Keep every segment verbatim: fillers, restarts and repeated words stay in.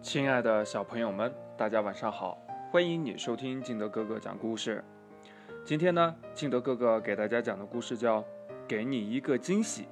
亲爱的小朋友们，大家晚上好，欢迎你收听金德哥哥讲故事。今天呢，金德哥哥给大家讲的故事叫《给你一个惊喜》。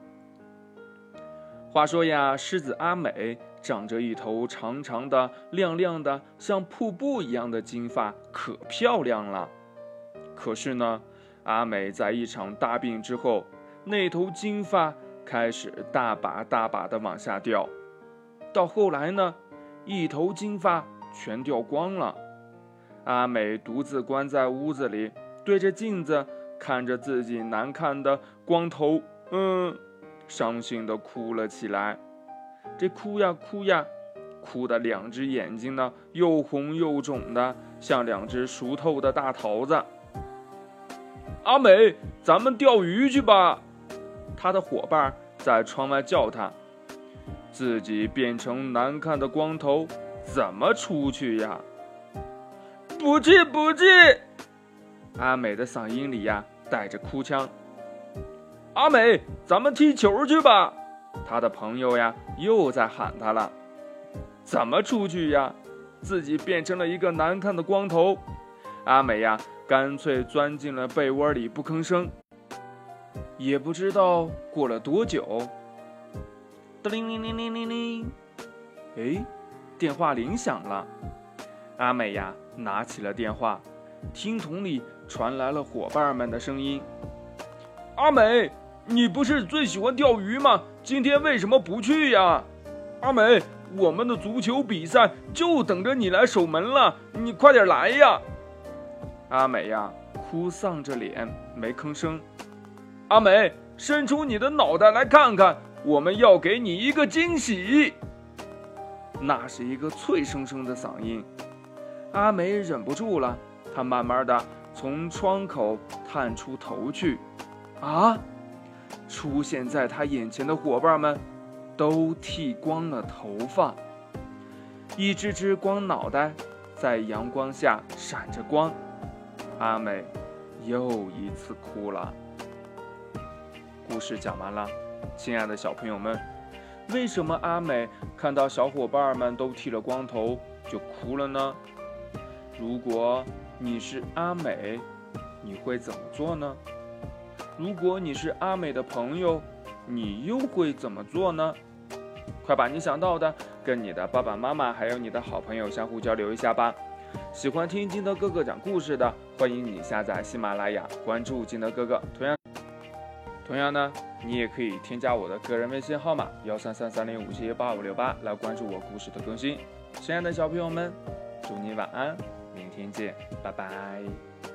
话说呀，狮子阿美长着一头长长的、亮亮的、像瀑布一样的金发，可漂亮了。可是呢，阿美在一场大病之后，那头金发开始大把大把的往下掉，到后来呢，一头金发全掉光了。阿美独自关在屋子里，对着镜子看着自己难看的光头，嗯，伤心地哭了起来。这哭呀哭呀，哭的两只眼睛呢又红又肿的，像两只熟透的大桃子。阿美，咱们钓鱼去吧！他的伙伴在窗外叫他。自己变成难看的光头，怎么出去呀？不去不去！阿美的嗓音里呀带着哭腔。阿美，咱们踢球去吧！他的朋友呀又在喊他了。怎么出去呀？自己变成了一个难看的光头。阿美呀干脆钻进了被窝里不吭声。也不知道过了多久，叮铃铃铃铃铃，哎，电话铃响了。阿美呀拿起了电话，听筒里传来了伙伴们的声音。阿美，你不是最喜欢钓鱼吗？今天为什么不去呀？阿美，我们的足球比赛就等着你来守门了，你快点来呀！阿美呀哭丧着脸没吭声。阿美，伸出你的脑袋来看看，我们要给你一个惊喜。那是一个脆生生的嗓音。阿美忍不住了，她慢慢的从窗口探出头去。啊！出现在她眼前的伙伴们都剃光了头发，一只只光脑袋在阳光下闪着光。阿美又一次哭了。故事讲完了，亲爱的小朋友们，为什么阿美看到小伙伴们都剃了光头就哭了呢？如果你是阿美，你会怎么做呢？如果你是阿美的朋友，你又会怎么做呢？快把你想到的跟你的爸爸妈妈还有你的好朋友相互交流一下吧。喜欢听金德哥哥讲故事的，欢迎你下载喜马拉雅，关注金德哥哥。同样同样呢，你也可以添加我的个人微信号码幺三三三零五七八五六八来关注我故事的更新。亲爱的小朋友们，祝你晚安，明天见，拜拜。